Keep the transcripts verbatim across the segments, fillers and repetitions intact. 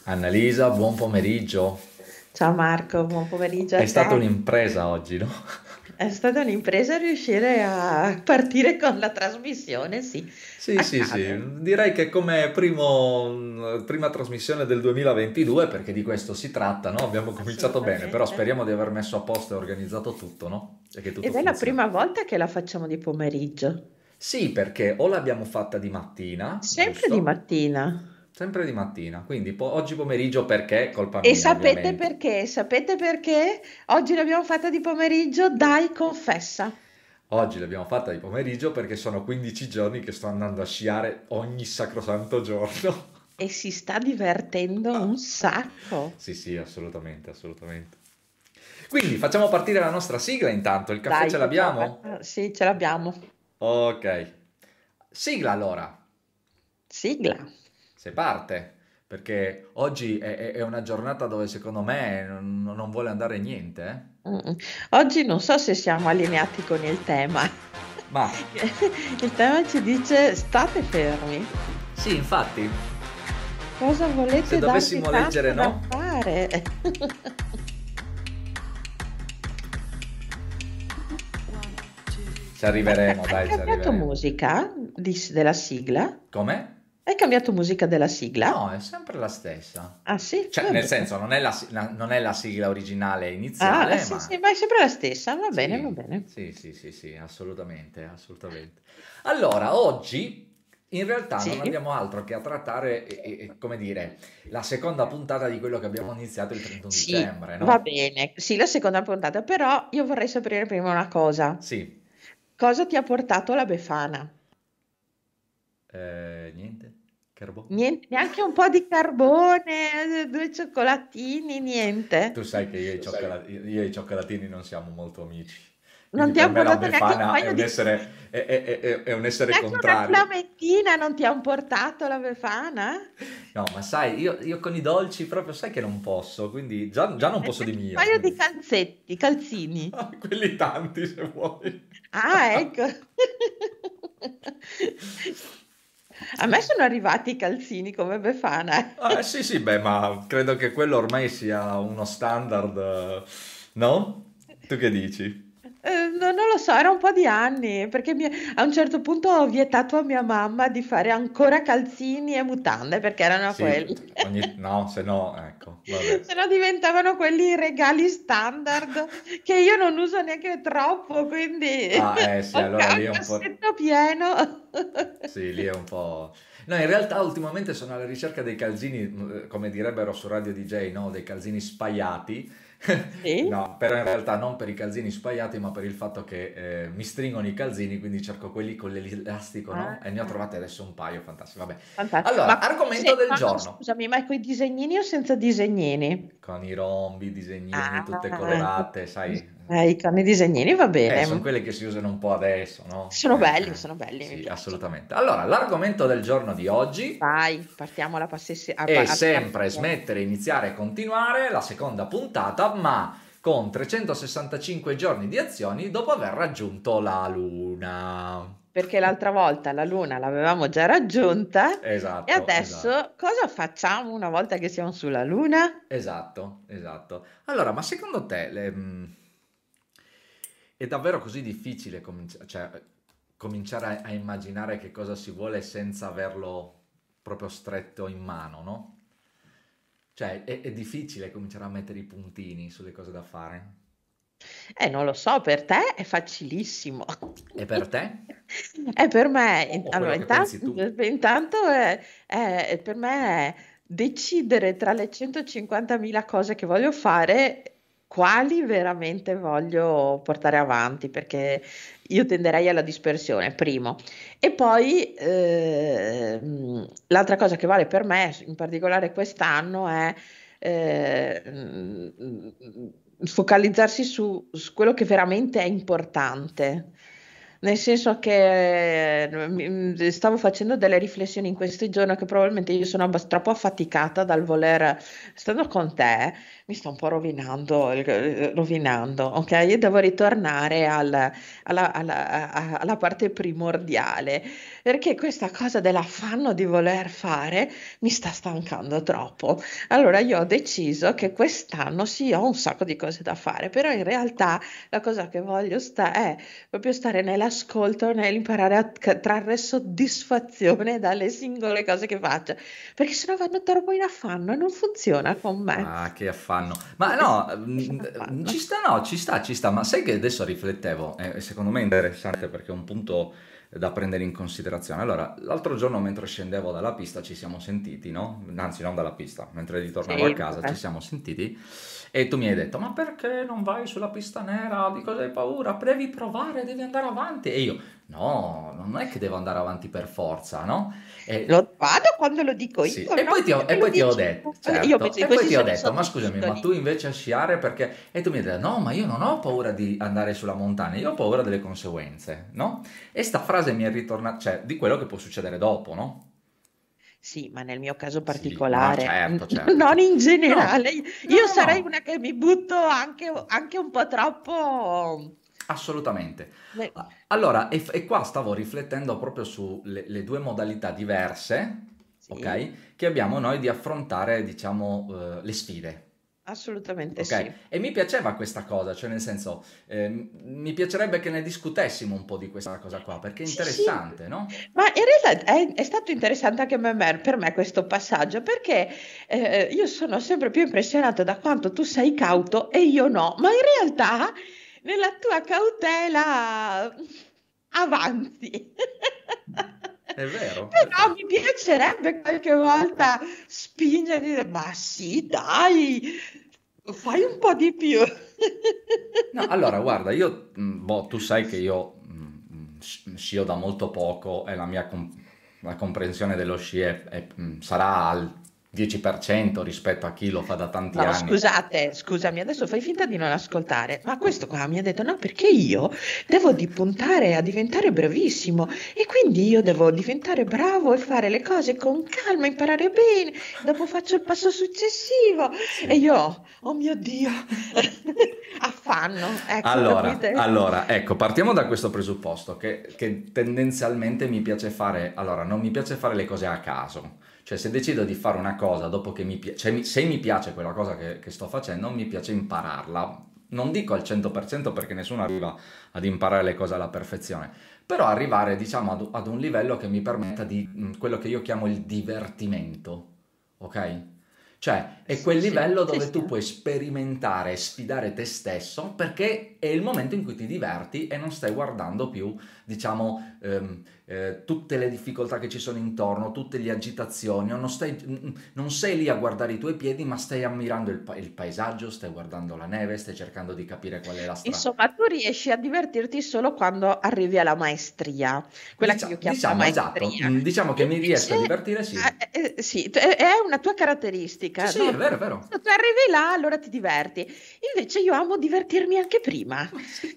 Annalisa, buon pomeriggio. Ciao Marco, buon pomeriggio a È stata te. un'impresa oggi, no? È stata un'impresa riuscire a partire con la trasmissione, sì, Sì, sì, accade. sì, direi che come primo, prima trasmissione del duemilaventidue, perché di questo si tratta, no? Abbiamo cominciato bene, però Assolutamente. speriamo di aver messo a posto e organizzato tutto, no? E che tutto Ed è la funzioni. prima volta che la facciamo di pomeriggio, Sì, perché o l'abbiamo fatta di mattina, sempre di giusto? mattina. Sempre di mattina, quindi po- oggi pomeriggio perché? Colpa E mia, sapete ovviamente. perché? Sapete perché? Oggi l'abbiamo fatta di pomeriggio? Dai, confessa. Oggi l'abbiamo fatta di pomeriggio perché sono quindici giorni che sto andando a sciare ogni sacrosanto giorno. E si sta divertendo un sacco. Sì, sì, assolutamente, assolutamente. Quindi facciamo partire la nostra sigla intanto. Il caffè Dai, ce facciamo l'abbiamo? partire. Sì, ce l'abbiamo. Ok. Sigla allora, Sigla. se parte, perché oggi è, è- è una giornata dove secondo me non, non vuole andare niente, eh? Mm. Oggi non so se siamo allineati con il tema. Ma Il tema ci dice state fermi. sì, infatti, Cosa se volete darvi dovessimo leggere, tanto da no? fare? Ci Hai arriveremo, hai dai, ci cambiato arriveremo. musica di- della sigla? Come? Hai cambiato musica della sigla? No, è sempre la stessa. Ah sì, Cioè, va nel bene. senso, non è la, si- la- non è la sigla originale Ah iniziale, sì, sì, ma ma è sempre la stessa, va bene, va sì, bene. sì, sì, sì, sì, assolutamente, assolutamente. Allora, oggi in realtà non Sì, abbiamo altro che a trattare, e- e- e, come dire, la seconda puntata di quello che abbiamo iniziato il trentuno sì, dicembre, va no? bene. Sì, la seconda puntata, però io vorrei sapere prima una cosa. Sì, Cosa ti ha portato la Befana? eh, niente, Carbò. Niente, neanche un po' di carbone, eh, due cioccolatini, Tu niente. sai che io e i cioccolati- io e i cioccolatini non siamo molto amici. Non Quindi ti per ha me la portato neanche un Befana è paio un di... essere, è, è- è- è un essere Neanche una contrario. flamentina non ti ha portato la Befana? No, ma sai, io, io con i dolci proprio sai che non posso, quindi già, già non E posso di neanche un mio. paio di calzetti, calzini. Quelli tanti se vuoi. Ah, ecco. A me sono arrivati i calzini come Befana. Ah, sì, sì, beh, ma credo che quello ormai sia uno standard, eh, no? Tu che dici? Eh, no- non lo so, era un po' di anni, perché mi- a un certo punto ho vietato a mia mamma di fare ancora calzini e mutande, perché erano Sì, quelli. ogni... no, se no, ecco, vabbè. Se no diventavano quelli regali standard che io non uso neanche troppo, quindi Ah, eh sì, ho un allora ca- lì un è un po'... cassetto pieno. Sì, lì è un po'... No, in realtà ultimamente sono alla ricerca dei calzini, eh, come direbbero su Radio D J, no? Dei calzini spaiati. Sì? No, però in realtà non per i calzini spaiati, ma per il fatto che eh, mi stringono i calzini, quindi cerco quelli con l'elastico, no? E ne ho Ah, trovate adesso un paio, fantastici. Vabbè. fantastico. Allora, Ma, argomento se- del ma giorno. scusami, ma con i disegnini o senza disegnini? Con i rombi, i disegnini, tutte Ah, colorate, sai? eh, con i disegnini va Eh, sono bene. quelle che si usano un po' adesso, no? Sono Eh, belli, eh, sono belli, mi sì, piacciono. assolutamente. Allora, l'argomento del giorno di oggi Vai, partiamo alla passione. è sempre smettere, iniziare e continuare la seconda puntata, ma con trecentosessantacinque giorni di azioni dopo aver raggiunto la Luna. Perché l'altra volta la Luna l'avevamo già raggiunta e Esatto, esatto, adesso cosa facciamo una volta che siamo sulla Luna? esatto, esatto. Allora, ma secondo te le- mh, è davvero così difficile cominci- cioè, cominciare a, a immaginare che cosa si vuole senza averlo proprio stretto in mano, no? Cioè, è, è difficile cominciare a mettere i puntini sulle cose da fare. Eh, non lo so, per te è facilissimo. E per te? E per me, O, in- o quello allora, che pensi intanto, tu? intanto è, è- per me è decidere tra le centocinquantamila cose che voglio fare, quali veramente voglio portare avanti, perché io tenderei alla dispersione, primo. E poi ehm, l'altra cosa che vale per me, in particolare quest'anno, è eh, mm, focalizzarsi su, su quello che veramente è importante. Nel senso che eh, mi- stavo facendo delle riflessioni in questi giorni che probabilmente io sono abbast- troppo affaticata dal voler, stando con te, mi sto un po' rovinando, il- rovinando, ok? Io devo ritornare al- alla, alla- a- alla parte primordiale. perché questa cosa dell'affanno di voler fare mi sta stancando troppo. Allora io ho deciso che quest'anno sì, ho un sacco di cose da fare, però in realtà la cosa che voglio sta- è proprio stare nell'ascolto, nell'imparare a c- trarre soddisfazione dalle singole cose che faccio, perché sennò vanno troppo in affanno e non funziona con me. Ah, che affanno. Ma no, mm, ci Affanno. sta, no, ci sta, ci sta. Ma sai che adesso riflettevo, e secondo me è interessante perché è un punto da prendere in considerazione. Allora, l'altro giorno mentre scendevo dalla pista ci siamo sentiti, no? Anzi, non dalla pista, mentre ritornavo a Sì, casa ci vabbè. siamo sentiti e tu mi hai detto, ma perché non vai sulla pista nera? Di cosa hai paura? Devi provare, devi andare avanti. E io, no, non è che devo andare avanti per forza, no? E Lo vado quando lo dico io, sì, e no poi ti ho, perché e me lo poi ti ho dici detto, tu. Io certo, penso che e poi questi ti ho sono i detto, ma scusami, ma tu sottotitoli. invece a sciare perché... E tu mi hai detto, no, ma io non ho paura di andare sulla montagna, io ho paura delle conseguenze, no? E sta frase mi è ritornata, cioè, di quello che può succedere dopo, no? Sì, ma nel mio caso Sì, no, particolare, n- certo, certo, non certo. in No, generale. no, Io no, sarei no, una che mi butto anche, anche un po' troppo. assolutamente. ne- A- Allora, e, e qua stavo riflettendo proprio sulle le due modalità diverse, Sì, ok, che abbiamo noi di affrontare, diciamo, eh, le sfide. assolutamente Ok, sì. e mi piaceva questa cosa, cioè nel senso, ehm, mi piacerebbe che ne discutessimo un po' di questa cosa qua, perché è Sì, sì, interessante, no? ma in realtà è, è stato interessante anche per me, per me questo passaggio, perché eh, io sono sempre più impressionata da quanto tu sei cauto e io no, ma in realtà nella tua cautela avanzi. È vero, è Però vero. mi piacerebbe qualche volta spingere e dire, ma sì, dai, fai un po' di più. No, allora, guarda, io, mh, boh, tu sai che io mh, sci- scio da molto poco e la mia com- la comprensione dello sci è- è, mh, sarà al dieci per cento rispetto a chi lo fa da tanti No, anni. scusate, scusami, adesso fai finta di non ascoltare, ma questo qua mi ha detto no, perché io devo di puntare a diventare bravissimo e quindi io devo diventare bravo e fare le cose con calma, imparare bene, dopo faccio il passo successivo e Sì. io, oh mio Dio, affanno, ecco, Allora, capite? allora, ecco, partiamo da questo presupposto che, che tendenzialmente mi piace fare, allora, non mi piace fare le cose a caso, cioè se decido di fare una cosa dopo che mi piace, cioè mi- se mi piace quella cosa che, che sto facendo, mi piace impararla. Non dico al cento per cento perché nessuno arriva ad imparare le cose alla perfezione, però arrivare, diciamo, ad, ad un livello che mi permetta di mh, quello che io chiamo il divertimento, ok? Cioè, è quel Sì, livello sì, dove sì. tu puoi sperimentare e sfidare te stesso perché è il momento in cui ti diverti e non stai guardando più, diciamo, ehm, eh, tutte le difficoltà che ci sono intorno, tutte le agitazioni, non, stai, non sei lì a guardare i tuoi piedi, ma stai ammirando il, pa- il paesaggio, stai guardando la neve, stai cercando di capire qual è la strada. Insomma, tu riesci a divertirti solo quando arrivi alla maestria, quella che Dicia- io chiamo la diciamo, esatto, maestria. mm, diciamo che mi riesco a Invece, divertire, sì. eh, eh, sì, t- è è una tua Sì, caratteristica, sì, è no? vero, è vero. Se tu arrivi là, allora ti diverti. Invece io amo divertirmi anche prima. Ma sì.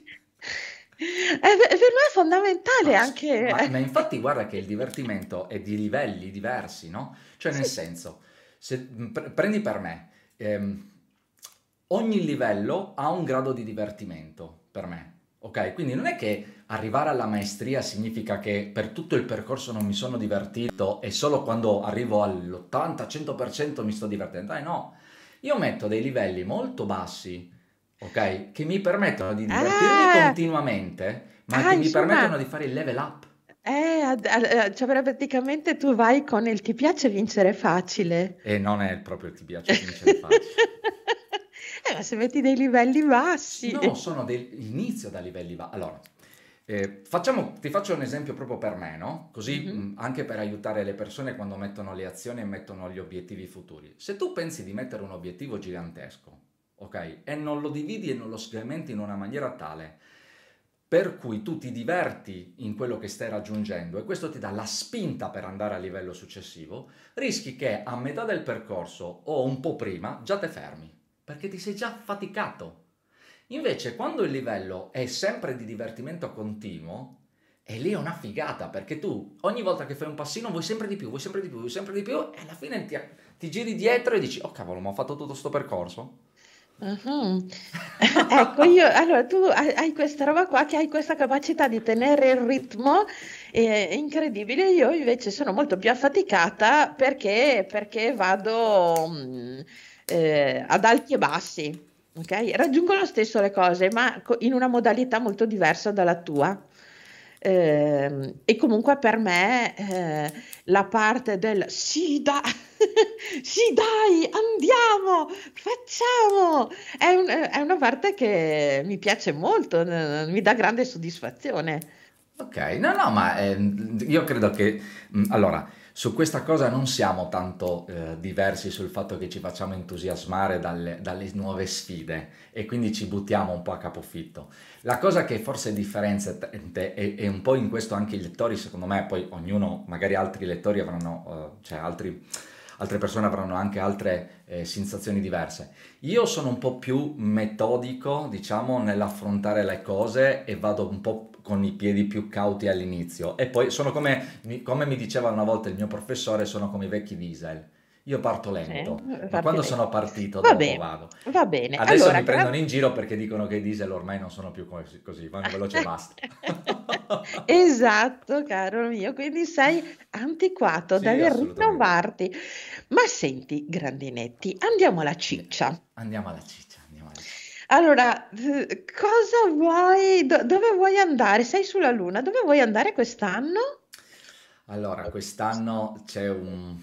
Eh, per per me è fondamentale Ma, s- anche... ma- ma infatti guarda che il divertimento è di livelli diversi, no? Cioè nel Sì, sì. senso, se pre- prendi per me, ehm, ogni livello ha un grado di divertimento per me, ok? Quindi non è che arrivare alla maestria significa che per tutto il percorso non mi sono divertito e solo quando arrivo all'ottanta-cento per cento mi sto divertendo. Dai, no, io metto dei livelli molto bassi, ok? Che mi permettono di divertirmi Ah, continuamente, ma ah, che mi insomma, permettono di fare il level up. eh, ad- ad- cioè praticamente tu vai con il ti piace vincere facile. E non è proprio ti piace vincere facile. Eh, ma se metti dei livelli bassi. No, sono dei inizio da livelli va. Allora, eh, facciamo, ti faccio un esempio proprio per me, no? Così Mhm. mh, anche per aiutare le persone quando mettono le azioni e mettono gli obiettivi futuri. Se tu pensi di mettere un obiettivo gigantesco, ok? E non lo dividi e non lo segmenti in una maniera tale per cui tu ti diverti in quello che stai raggiungendo e questo ti dà la spinta per andare al livello successivo, rischi che a metà del percorso o un po' prima già te fermi, perché ti sei già faticato. Invece, quando il livello è sempre di divertimento continuo, e lì è una figata, perché tu ogni volta che fai un passino vuoi sempre di più, vuoi sempre di più, vuoi sempre di più, e alla fine ti, ti giri dietro e dici, oh cavolo, ma ho fatto tutto sto percorso? Mhm. Ecco, io, allora tu hai, hai questa roba qua che hai questa capacità di tenere il ritmo, eh, incredibile. Io invece sono molto più affaticata perché, perché vado mm, eh, ad alti e bassi, ok? Raggiungo lo stesso le cose, ma co- in una modalità molto diversa dalla tua. Ehm, e comunque per me eh, la parte del sì, dai, sì, dai, andiamo, facciamo, è, un- è una parte che mi piace molto, eh, mi dà grande soddisfazione. Ok, no, no, ma ehm, io credo che, mh, allora, su questa cosa non siamo tanto eh, diversi sul fatto che ci facciamo entusiasmare dalle, dalle nuove sfide e quindi ci buttiamo un po' a capofitto. La cosa che forse differenzia te- te- e, e un po' in questo anche i lettori, secondo me, poi ognuno, magari altri lettori avranno, eh, cioè altri- altre persone avranno anche altre eh, sensazioni diverse. Io sono un po' più metodico, diciamo, nell'affrontare le cose e vado un po' con i piedi più cauti all'inizio. E poi sono come, mi- come mi diceva una volta il mio professore, sono come i vecchi diesel. Io parto Sì, lento, ma parti quando lei. sono partito Va dopo bene, vado. va bene. Adesso Allora, mi prendono grazie. in giro perché dicono che i diesel ormai non sono più così, così, vanno veloce e basta. Esatto, caro mio, quindi sei antiquato, Sì, devi assolutamente. rinnovarti. Ma senti, Grandinetti, andiamo alla Andi- ciccia. Andiamo alla ciccia, andiamo alla ciccia. Allora, eh, cosa vuoi, do- dove vuoi andare? Sei sulla Luna, dove vuoi andare quest'anno? Allora, quest'anno c'è un,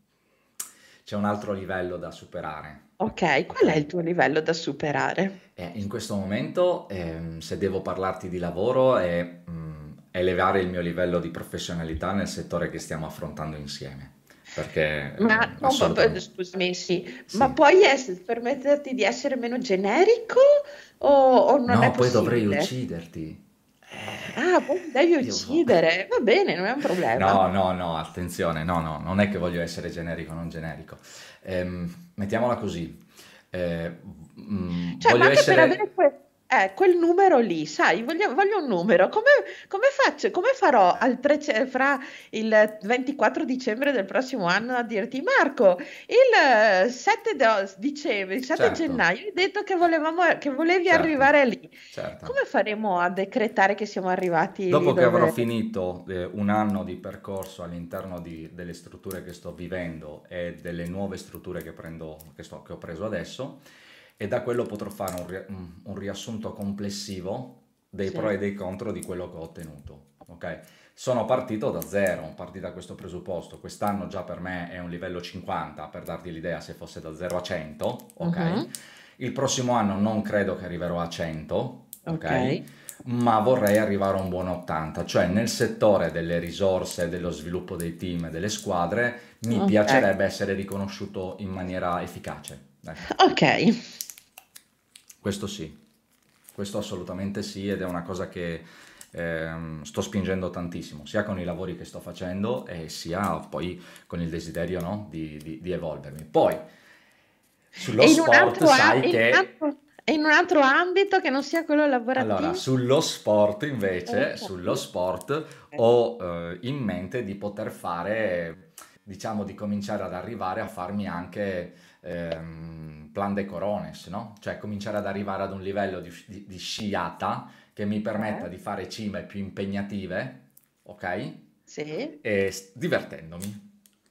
c'è un altro livello da superare, Ok, qual è ok? il tuo livello da superare? Eh, in questo momento, ehm, se devo parlarti di lavoro, è mm, elevare il mio livello di professionalità nel settore che stiamo affrontando insieme, perché Ma ehm, non po- po- assolutamente scusami, sì, ma sì. puoi ess- permetterti di essere meno generico o, o non è No, poi dovrei possibile? ucciderti. Ah, poi mi devi Eh, io vo- uccidere. Va bene, non è un problema. No, no, no, attenzione, no, no, non è che voglio essere generico o non generico. Ehm, mettiamola così. Eh, mm, Cioè, ma voglio anche per avere essere. que- eh, quel numero lì, sai, voglio, voglio un numero. Come, come faccio? Come farò al trece- fra il ventiquattro dicembre del prossimo anno a dirti, Marco, il eh, sette do- dicembre, il sette Certo, gennaio, hai detto che volevamo, che volevi certo, arrivare lì. certo. Come faremo a decretare che siamo arrivati lì Dopo che avrò dove... finito eh, un anno di percorso all'interno di- delle strutture che sto vivendo e delle nuove strutture che prendo, che sto- che ho preso adesso, e da quello potrò fare un, ri- un- un riassunto complessivo dei pro e Sì. dei contro di quello che ho ottenuto. Ok? Sono partito da zero, parti da questo presupposto. Quest'anno già per me è un livello cinquanta, per darti l'idea se fosse da zero a cento, ok? Mhm. Il prossimo anno non credo che arriverò a cento, Ok, ok? Ma vorrei arrivare a un buon ottanta, cioè nel settore delle risorse, dello sviluppo dei team e delle squadre, mi ok, piacerebbe essere riconosciuto in maniera efficace. Ecco, ok. questo sì, questo assolutamente sì, ed è una cosa che ehm, sto spingendo tantissimo, sia con i lavori che sto facendo e sia poi con il desiderio, no, di, di- di evolvermi. Poi, sullo E in un sport, altro, a- sai in un che. altro- e in un altro ambito che non sia quello Allora, lavorativo? sullo sport invece, Ok. sullo sport ho eh, in mente di poter fare, diciamo, di cominciare ad arrivare a farmi anche ehm, plan de corones, no? Cioè cominciare ad arrivare ad un livello di, di, di sciata che mi permetta Eh? di fare cime più impegnative, ok? Sì? E s- divertendomi.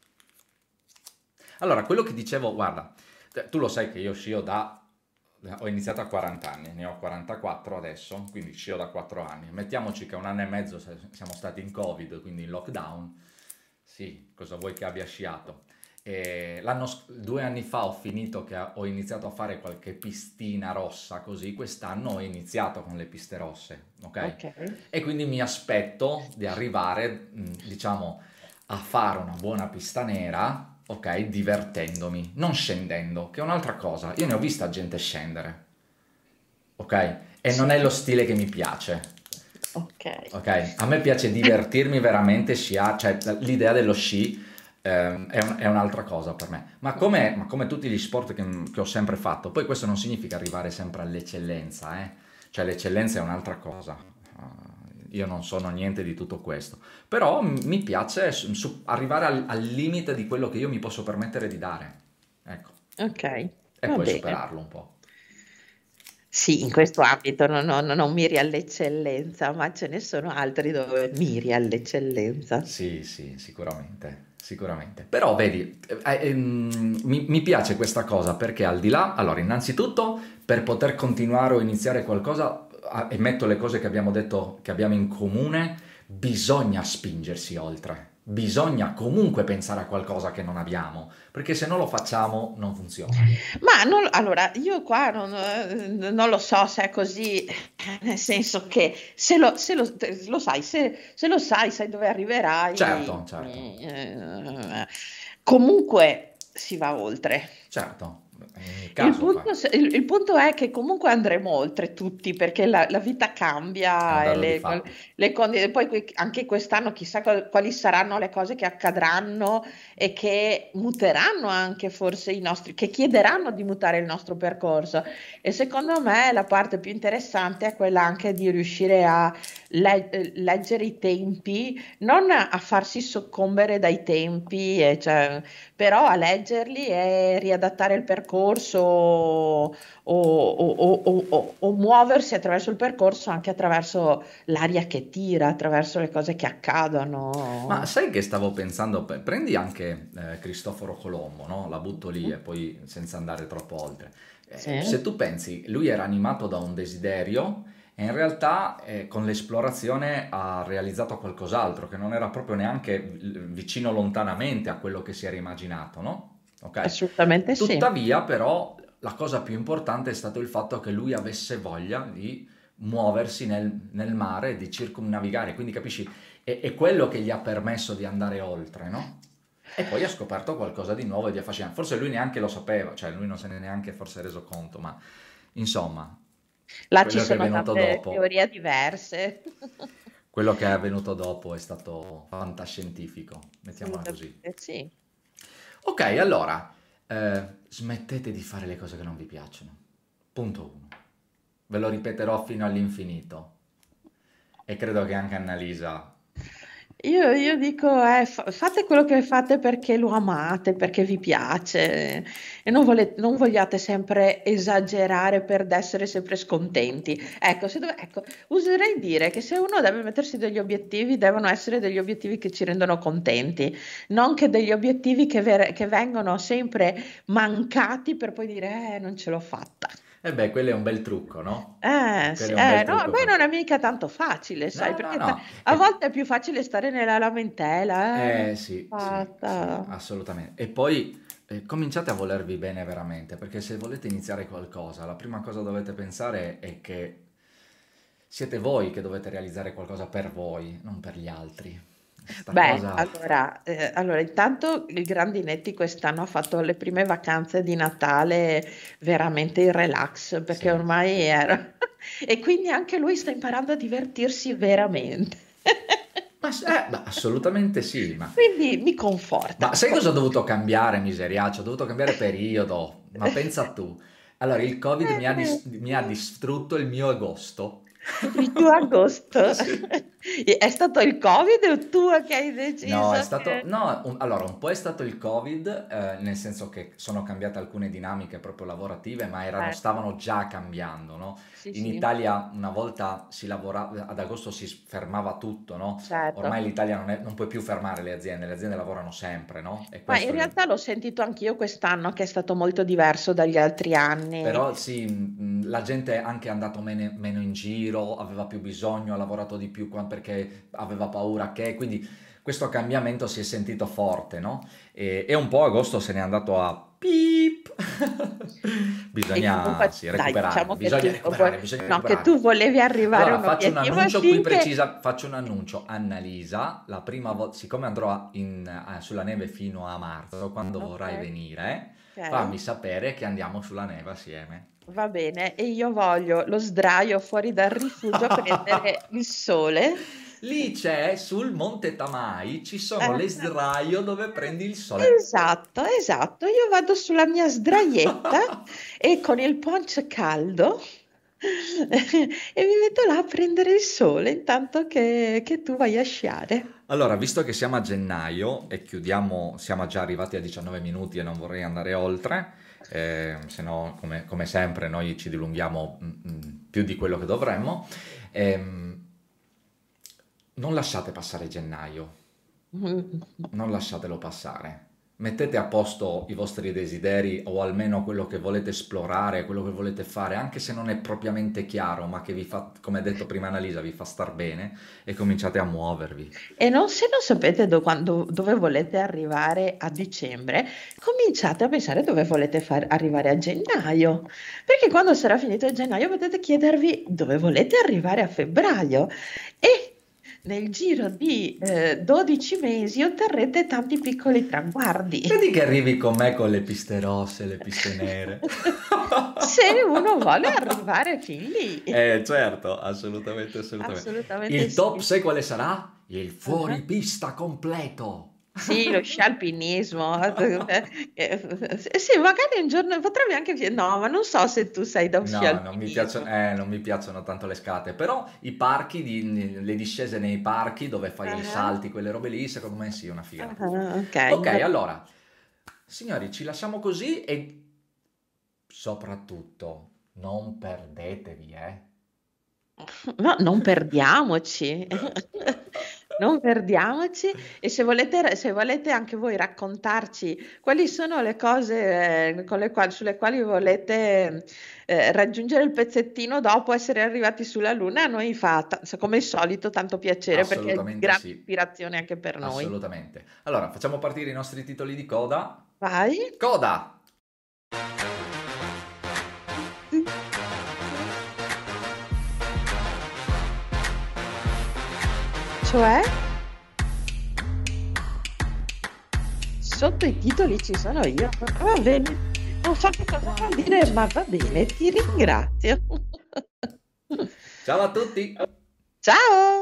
Allora, quello che dicevo, guarda, eh, tu lo sai che io scio da. Ho iniziato a quaranta anni, ne ho quarantaquattro adesso, quindi scio da quattro anni. Mettiamoci che un anno e mezzo se- siamo stati in Covid, quindi in lockdown. Sì, cosa vuoi che abbia sciato? E l'anno sc- due anni fa ho finito che ho iniziato a fare qualche pistina rossa, così quest'anno ho iniziato con le piste rosse, ok? Ok. E quindi mi aspetto di arrivare, mh, diciamo, a fare una buona pista nera, ok, divertendomi, non scendendo, che è un'altra cosa. Io ne ho vista gente scendere, ok? E non è lo Sì. stile che mi piace, Ok. ok? A me piace divertirmi veramente, sciare, cioè l'idea dello sci ehm, è, un- è un'altra cosa per me. Ma come, ma come tutti gli sport che, che ho sempre fatto, poi questo non significa arrivare sempre all'eccellenza, eh? Cioè l'eccellenza è un'altra cosa. Uh, io non sono niente di tutto questo. Però m- mi piace su- su- arrivare al, al limite di quello che io mi posso permettere di dare. Ecco. Ok, E va poi bene. superarlo un po'. Sì, in questo ambito non, non- non miri all'eccellenza, ma ce ne sono altri dove miri all'eccellenza. Sì, sì, sicuramente, sicuramente. Però vedi, eh, eh, ehm, mi, mi piace questa cosa perché al di là, allora, innanzitutto per poter continuare o iniziare qualcosa, ah, e metto le cose che abbiamo detto che abbiamo in comune, bisogna spingersi oltre. Bisogna comunque pensare a qualcosa che non abbiamo, perché se non lo facciamo non funziona. Ma non- allora, io qua non, eh, non lo so se è così, eh, nel senso che se lo, se lo- lo sai, se, se lo sai, sai dove Certo, arriverai. certo, eh, comunque si va oltre. certo, in ogni Il caso punto, fa. se- il- il punto è che comunque andremo oltre tutti perché la, la vita È un cambia e dato di le, fatto. le condi- poi que- anche quest'anno chissà qual- quali saranno le cose che accadranno e che muteranno anche forse i nostri, che chiederanno di mutare il nostro percorso. E secondo me la parte più interessante è quella anche di riuscire a le- eh, leggere i tempi, non a farsi soccombere dai tempi, e cioè, però a leggerli e riadattare il percorso o, o- o- o- o- o muoversi attraverso il percorso anche attraverso l'aria che tira, attraverso le cose che Ma accadono. sai che stavo pensando? Pe- Prendi anche eh, Cristoforo Colombo, no? La butto lì Mhm. e poi senza andare troppo oltre. Sì, Eh, se tu pensi, lui era animato da un desiderio e in realtà eh, con l'esplorazione ha realizzato qualcos'altro che non era proprio neanche vi- vicino lontanamente a quello che si era immaginato, no? Ok? assolutamente sì. Tuttavia, però, la cosa più importante è stato il fatto che lui avesse voglia di muoversi nel, nel mare, di circumnavigare, quindi capisci, è, è quello che gli ha permesso di andare oltre, no? E poi ha scoperto qualcosa di nuovo e di affascinante. Forse lui neanche lo sapeva, cioè lui non se ne è neanche forse reso conto, ma insomma, Là ci quello che è sono venuto tante dopo, teorie diverse. quello che è avvenuto dopo è stato fantascientifico, mettiamola così. Assolutamente sì. Ok, allora, eh, smettete di fare le cose che non vi piacciono. Punto uno. Ve lo ripeterò fino all'infinito. E credo che anche Annalisa. Io, io dico, eh, fa- fate quello che fate perché lo amate, perché vi piace e non, vole- non vogliate sempre esagerare per essere sempre scontenti. Ecco, se dove- ecco, userei dire che se uno deve mettersi degli obiettivi, devono essere degli obiettivi che ci rendono contenti, non che degli obiettivi che, ver- che vengono sempre mancati per poi dire, eh, non ce l'ho fatta. E beh, quello è un bel trucco, no? Eh, sì, Quello è un bel eh, no, trucco. poi per- non è mica tanto facile, sai, No, no, perché ta- no. a E- volte è più facile stare nella lamentela, eh, non Eh l'ho sì, sì, sì, fatta. assolutamente. E poi eh, cominciate a volervi bene veramente, perché se volete iniziare qualcosa, la prima cosa dovete pensare è che siete voi che dovete realizzare qualcosa per voi, non per gli altri. Sta Beh, cosa. allora, eh, allora, intanto il Grandinetti quest'anno ha fatto le prime vacanze di Natale veramente in relax, perché Sì. ormai era... E quindi anche lui sta imparando a divertirsi veramente. Ma, s- eh, ma assolutamente sì, ma, Quindi mi ma conforta. sai cosa ho dovuto cambiare, miseriaccio? Ho dovuto cambiare periodo, ma pensa tu. Allora, il Covid mi ha, Eh, dis- mi ha distrutto il mio agosto. il tuo agosto Sì. è stato il Covid o tu che hai No, è deciso stato, che... no, un- allora un po' è stato il Covid, eh, nel senso che sono cambiate alcune dinamiche proprio lavorative, ma erano, Certo, stavano già cambiando, no? sì, In sì, Italia una volta si lavorava, ad agosto si fermava tutto, no? Ormai certo. l'Italia non, è- non puoi più fermare le aziende, le aziende lavorano sempre, no? E Ma in questo è il- realtà l'ho sentito anch'io quest'anno che è stato molto diverso dagli altri anni. Però sì, mh, la gente è anche andato meno, meno in giro, aveva più bisogno, ha lavorato di più qua- perché aveva paura che, quindi questo cambiamento si è sentito forte, no? E, e un po' agosto se n'è andato a pip. E Bisogna, comunque, sì, dai, recuperare, diciamo che bisogna tu, vuoi- recuperare, bisogna no, che recuperare. tu volevi arrivare a Allora, un faccio un obiettivo annuncio qui affinché... precisa, faccio un annuncio, Annalisa, la prima volta, siccome andrò in- eh, sulla neve fino a marzo, quando Ok, vorrai venire, ok, fammi sapere che andiamo sulla neve assieme. va bene. E io voglio lo sdraio fuori dal rifugio a prendere il sole. Lì c'è, sul Monte Tamai, ci sono Eh, le sdraio dove prendi il sole. esatto, esatto. Io vado sulla mia sdraietta e con il punch caldo e mi metto là a prendere il sole intanto che, che tu vai a sciare. Allora, visto che siamo a gennaio e chiudiamo, siamo già arrivati a diciannove minuti e non vorrei andare oltre, eh, se no, come, come sempre, noi ci dilunghiamo mm, mm, più di quello che dovremmo. Ehm, non lasciate passare gennaio, non lasciatelo passare. Mettete a posto i vostri desideri o almeno quello che volete esplorare, quello che volete fare, anche se non è propriamente chiaro, ma che vi fa, come ha detto prima Annalisa, vi fa star bene e cominciate a muovervi. E non, se non sapete do- quando- dove volete arrivare a dicembre, cominciate a pensare dove volete far arrivare a gennaio, perché quando sarà finito il gennaio potete chiedervi dove volete arrivare a febbraio e nel giro di eh, dodici mesi otterrete tanti piccoli traguardi. Vedi che arrivi con me con le piste rosse, le piste nere. Se uno vuole arrivare fin lì, Eh, certo, assolutamente, assolutamente. assolutamente Il top, sì. sai quale sarà? Il Ah. fuoripista completo. Sì, lo sci alpinismo. Eh, sì, magari un giorno potrebbe anche... fi- No, ma non so se tu sei da un sci No, non mi piacciono, alpinismo. eh, non mi piacciono tanto le scate, però i parchi, di- le discese nei parchi dove fai i Ah, salti, quelle robe lì, secondo me sì, è una figata. ah, ok, Ok, va- allora, signori, ci lasciamo così e soprattutto non perdetevi, eh. no, non perdiamoci. Non perdiamoci e se volete, se volete anche voi raccontarci quali sono le cose eh, con le quali- sulle quali volete eh, raggiungere il pezzettino dopo essere arrivati sulla Luna, a noi fa, ta- come al solito, tanto piacere perché è di Assolutamente grande sì, ispirazione anche per noi. assolutamente. Allora, facciamo partire i nostri titoli di coda. Vai. Coda! Cioè, sotto i titoli ci sono io. Va bene, non so che cosa vuol dire, ma va bene, ti ringrazio. Ciao a tutti! Ciao!